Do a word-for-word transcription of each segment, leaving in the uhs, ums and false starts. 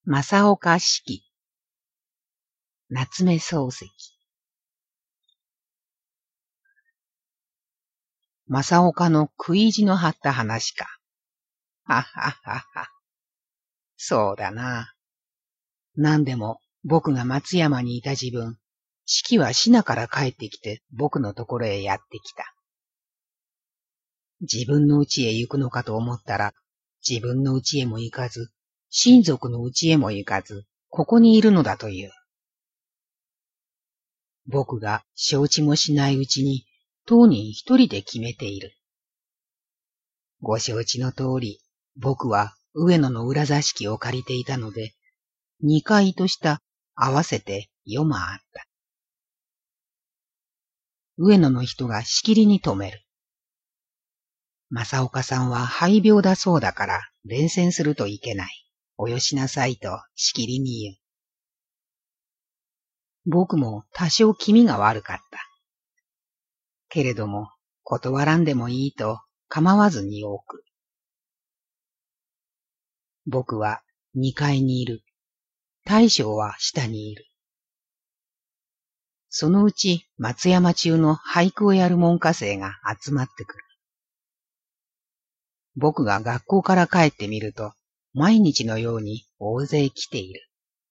正岡子規、夏目漱石。正岡の食い意地の張った話か。はっはっはっは。そうだな。なんでも僕が松山にいた時分、子規は信から帰ってきて僕のところへやってきた。自分の家へ行くのかと思ったら、自分の家へも行かず、親族の家へも行かず、ここにいるのだという。僕が承知もしないうちに、当人一人で決めている。ご承知の通り、僕は上野の裏座敷を借りていたので、二階と下合わせて夜間あった。上野の人がしきりに止める。正岡さんは肺病だそうだから連戦するといけない。およしなさいとしきりに言う。僕も多少気味が悪かった。けれども断らんでもいいと構わずに置く。僕は二階にいる。大将は下にいる。そのうち松山中の俳句をやる門下生が集まってくる。僕が学校から帰ってみると、毎日のように大勢来ている。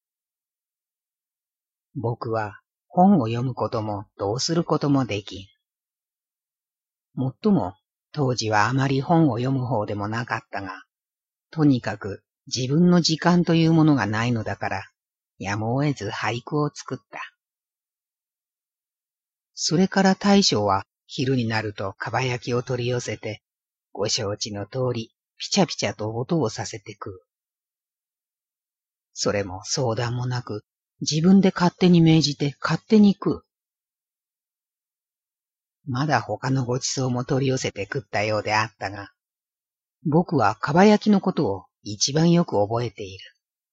僕は本を読むこともどうすることもできん。もっとも当時はあまり本を読む方でもなかったが、とにかく自分の時間というものがないのだから、やむを得ず俳句を作った。それから大将は昼になるとかば焼きを取り寄せて、ご承知の通りピチャピチャと音をさせて食う。それも相談もなく、自分で勝手に命じて勝手に食う。まだ他のごちそうも取り寄せて食ったようであったが、僕はかば焼きのことを一番よく覚えている。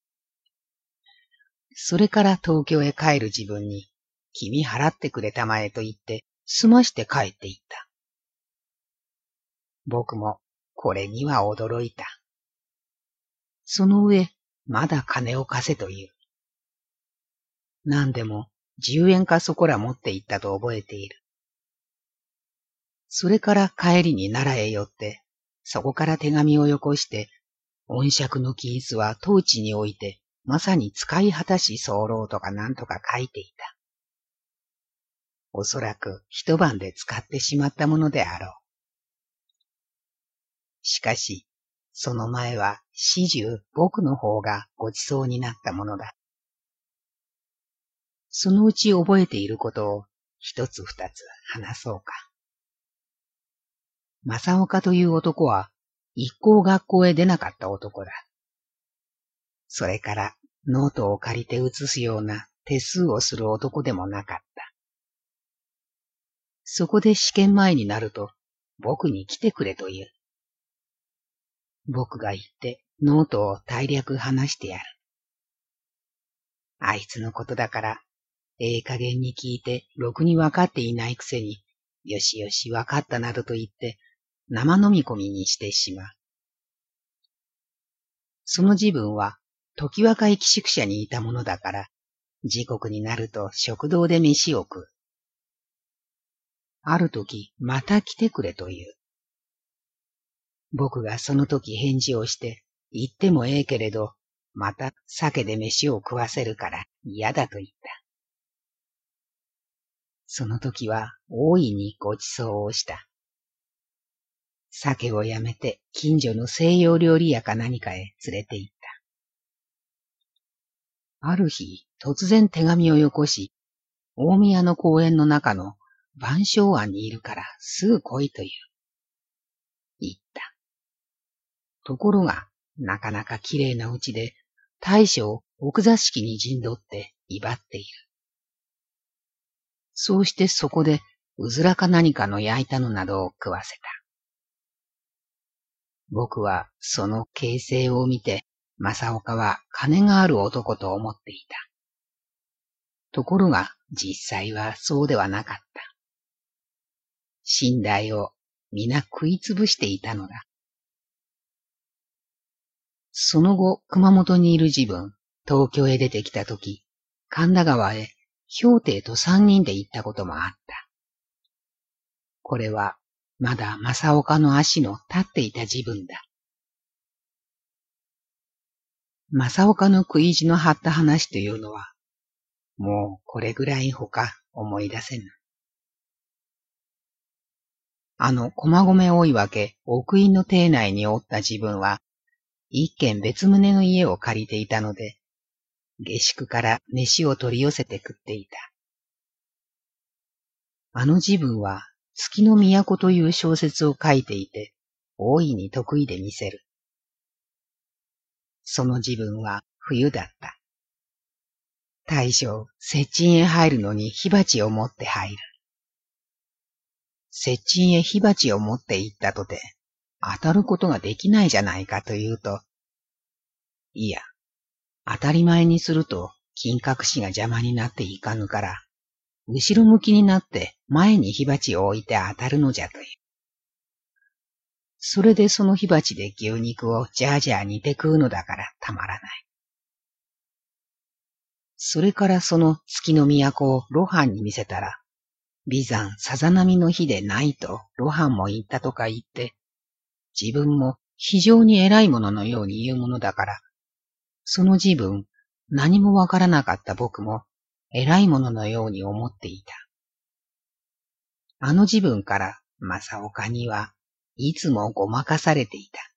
それから東京へ帰る自分に、君払ってくれたまえと言って済まして帰っていった。僕もこれには驚いた。その上、まだ金を貸せという。何でも十円かそこら持って行ったと覚えている。それから帰りに奈良へ寄って、そこから手紙をよこして、恩釈の金子は当地に置いて、まさに使い果たし候とかなんとか書いていた。おそらく一晩で使ってしまったものであろう。しかし、その前は始終僕の方がごちそうになったものだ。そのうち覚えていることを一つ二つ話そうか。正岡という男は一向学校へ出なかった男だ。それからノートを借りて写すような手数をする男でもなかった。そこで試験前になると僕に来てくれと言う。僕が行ってノートを大略話してやる。あいつのことだから、ええ加減に聞いてろくにわかっていないくせに、よしよしわかったなどと言って生飲み込みにしてしまう。その自分は時若い寄宿舎にいたものだから、時刻になると食堂で飯を食う。ある時また来てくれという。僕がその時返事をして、言ってもええけれど、また酒で飯を食わせるから嫌だと言った。その時は大いにご馳走をした。酒をやめて近所の西洋料理屋か何かへ連れて行った。ある日、突然手紙をよこし、大宮の公園の中の晩鐘庵にいるからすぐ来いという。言った。ところが、なかなか綺麗なうちで、大将奥座敷に陣取って威張っている。そうしてそこで、うずらか何かの焼いたのなどを食わせた。僕はその形勢を見て、正岡は金がある男と思っていた。ところが実際はそうではなかった。寝台を皆食いつぶしていたのだ。その後、熊本にいる自分、 東京へ出てきたとき、神田川へ兵弟と三人で行ったこともあった。これはまだ正岡の足の立っていた自分だ。正岡の食い意地の張った話というのは、もうこれぐらいほか思い出せぬ。あの駒込追分奥院の邸内におった自分は、一軒別棟の家を借りていたので、下宿から飯を取り寄せて食っていた。あの自分は月の都という小説を書いていて、大いに得意で見せる。その自分は冬だった。大将、接近へ入るのに火鉢を持って入る。接近へ火鉢を持って行ったとて、当たることができないじゃないかというと、いや、当たり前にすると金隠しが邪魔になっていかぬから、後ろ向きになって前に火鉢を置いて当たるのじゃという。それでその火鉢で牛肉をジャージャー煮て食うのだからたまらない。それからその月の都を露伴に見せたら、眉山さざ波の日でないと露伴も言ったとか言って、自分も非常に偉いもののように言うものだから、その自分、何もわからなかった僕も偉いもののように思っていた。あの自分から正岡にはいつもごまかされていた。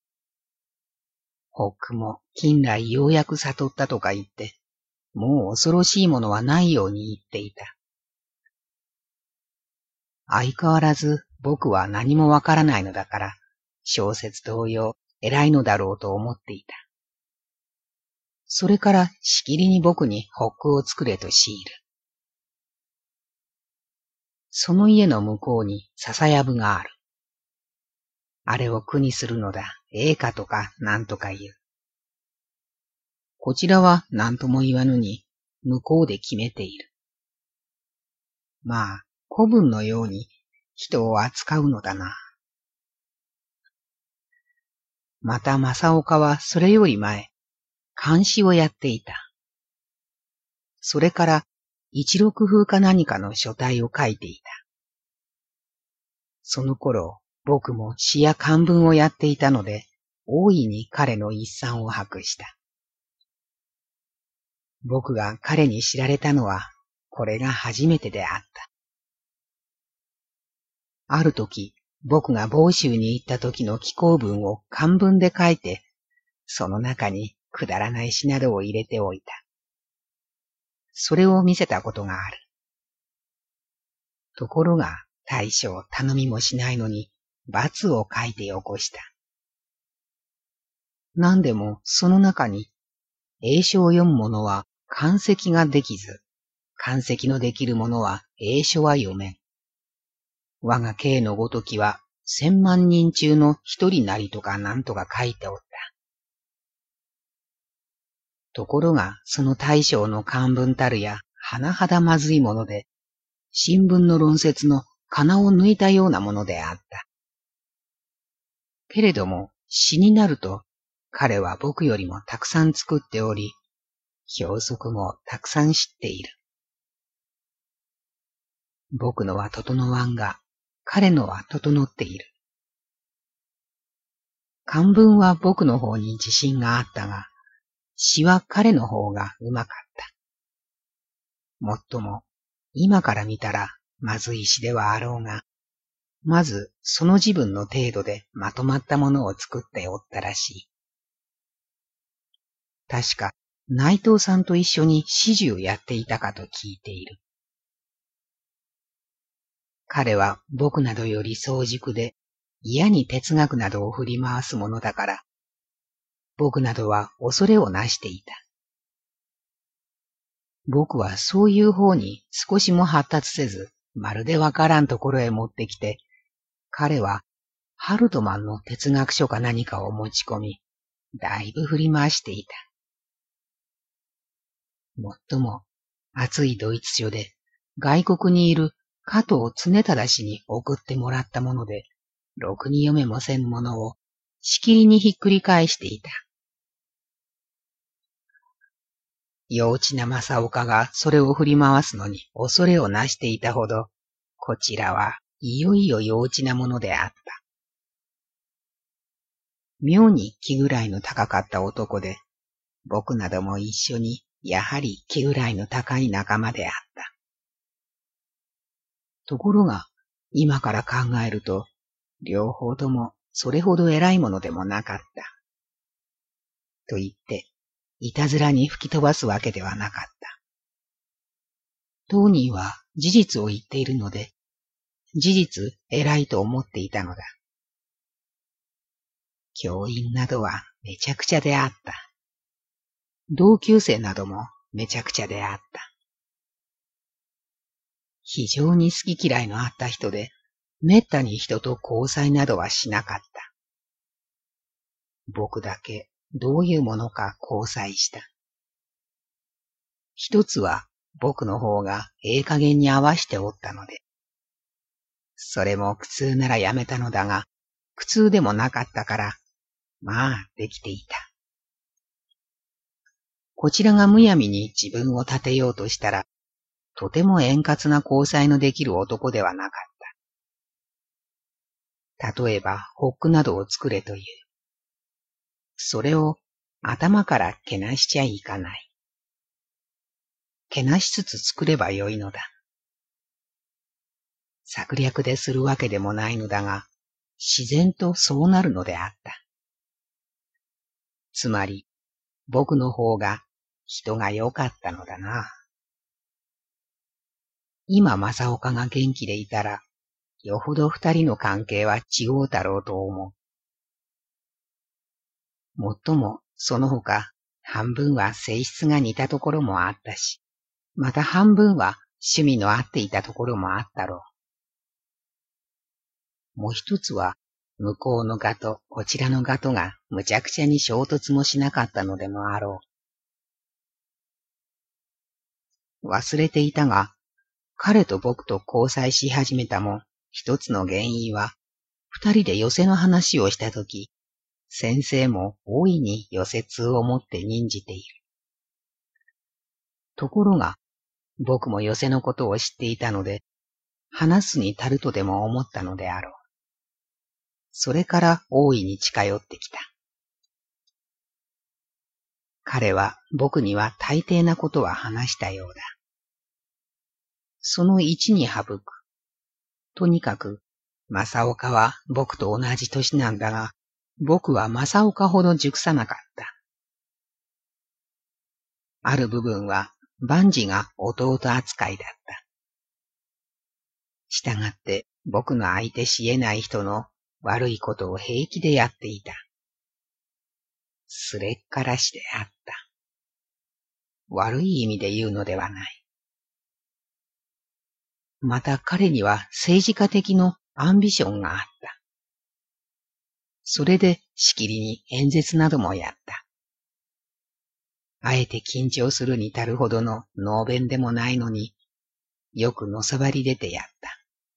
ホックも近来ようやく悟ったとか言って、もう恐ろしいものはないように言っていた。相変わらず僕は何もわからないのだから、小説同様偉いのだろうと思っていた。それからしきりに僕にホックを作れと強いる。その家の向こうに笹やぶがある。あれを苦にするのだ、ええかとかなんとか言う。こちらは何とも言わぬに、向こうで決めている。まあ、子分のように人を扱うのだな。また正岡はそれより前、監視をやっていた。それから一六風か何かの書体を書いていた。その頃、僕も詩や漢文をやっていたので、大いに彼の一賛を博した。僕が彼に知られたのは、これが初めてであった。ある時、僕が房州に行った時の寄稿文を漢文で書いて、その中にくだらない詩などを入れておいた。それを見せたことがある。ところが、大将頼みもしないのに、罰を書いてよこした。何でもその中に、英書を読む者は漢籍ができず、漢籍のできる者は英書は読めん。我が兄のごときは千万人中の一人なりとかなんとか書いておった。ところがその大将の漢文たるや甚だまずいもので、新聞の論説の仮を抜いたようなものであった。けれども詩になると彼は僕よりもたくさん作っており、表則もたくさん知っている。僕のは整わんが、彼のは整っている。漢文は僕の方に自信があったが、詩は彼の方がうまかった。もっとも、今から見たらまずい詩ではあろうが、まずその自分の程度でまとまったものを作っておったらしい。確か内藤さんと一緒に詩集やっていたかと聞いている。彼は僕などより早熟で嫌に哲学などを振り回すものだから、僕などは恐れをなしていた。僕はそういう方に少しも発達せず、まるでわからんところへ持ってきて、彼はハルトマンの哲学書か何かを持ち込み、だいぶ振り回していた。もっとも、熱いドイツ書で、外国にいる加藤常忠氏に送ってもらったもので、ろくに読めもせんものをしきりにひっくり返していた。 幼稚な正岡がそれを振り回すのに恐れをなしていたほど、こちらはいよいよ幼稚なものであった。妙に気ぐらいの高かった男で、僕なども一緒にやはり気ぐらいの高い仲間であった。ところが、今から考えると、両方ともそれほど偉いものでもなかった。と言って、いたずらに吹き飛ばすわけではなかった。当人は事実を言っているので、事実偉いと思っていたのだ。教員などはめちゃくちゃであった。同級生などもめちゃくちゃであった。非常に好き嫌いのあった人で、めったに人と交際などはしなかった。僕だけどういうものか交際した。一つは僕の方がええ加減に合わしておったので、それも苦痛ならやめたのだが、苦痛でもなかったから、まあできていた。こちらがむやみに自分を立てようとしたら、とても円滑な交際のできる男ではなかった。例えば、ホックなどを作れという。それを頭からけなしちゃいかない。けなしつつ作ればよいのだ。策略でするわけでもないのだが、自然とそうなるのであった。つまり、僕の方が人が良かったのだな。今正岡が元気でいたら、よほど二人の関係は違うだろうと思う。もっとも、その他、半分は性質が似たところもあったし、また半分は趣味の合っていたところもあったろう。もう一つは、向こうのガとこちらのガとがむちゃくちゃに衝突もしなかったのでもあろう。忘れていたが、彼と僕と交際し始めたも一つの原因は、二人で寄せの話をしたとき、先生も大いに寄せ通を持って任じている。ところが、僕も寄せのことを知っていたので、話すに足るとでも思ったのであろう。それから大いに近寄ってきた。彼は僕には大抵なことは話したようだ。その一に省く。とにかく、正岡は僕と同じ年なんだが、僕は正岡ほど熟さなかった。ある部分は万事が弟扱いだった。したがって僕の相手し得ない人の悪いことを平気でやっていた。すれっからしであった。悪い意味で言うのではない。また彼には政治家的のアンビションがあった。それでしきりに演説などもやった。あえて緊張するに足るほどの能弁でもないのに、よくのさばり出てやった。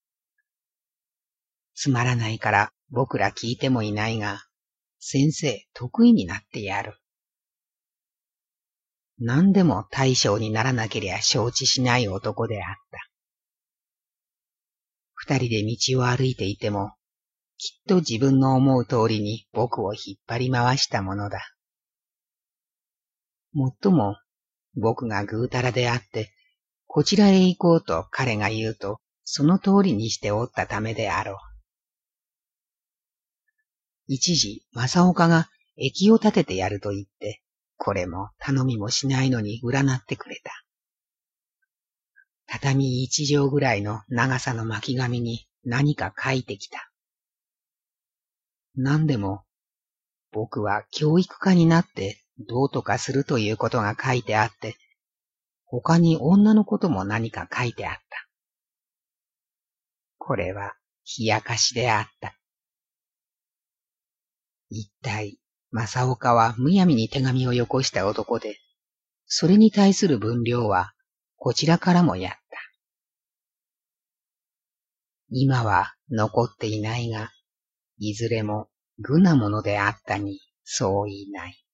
つまらないから僕ら聞いてもいないが、先生得意になってやる。何でも大将にならなけりゃ承知しない男であった。二人で道を歩いていても、きっと自分の思う通りに僕を引っ張り回したものだ。もっとも、僕がぐうたらであって、こちらへ行こうと彼が言うと、その通りにしておったためであろう。一時、正岡が駅を立ててやると言って、これも頼みもしないのに占ってくれた。畳一畳ぐらいの長さの巻紙に何か書いてきた。何でも、僕は教育家になってどうとかするということが書いてあって、他に女のことも何か書いてあった。これは冷やかしであった。一体、正岡はむやみに手紙をよこした男で、それに対する分量はこちらからもやった。今は残っていないが、いずれも愚なものであったにそう言いない。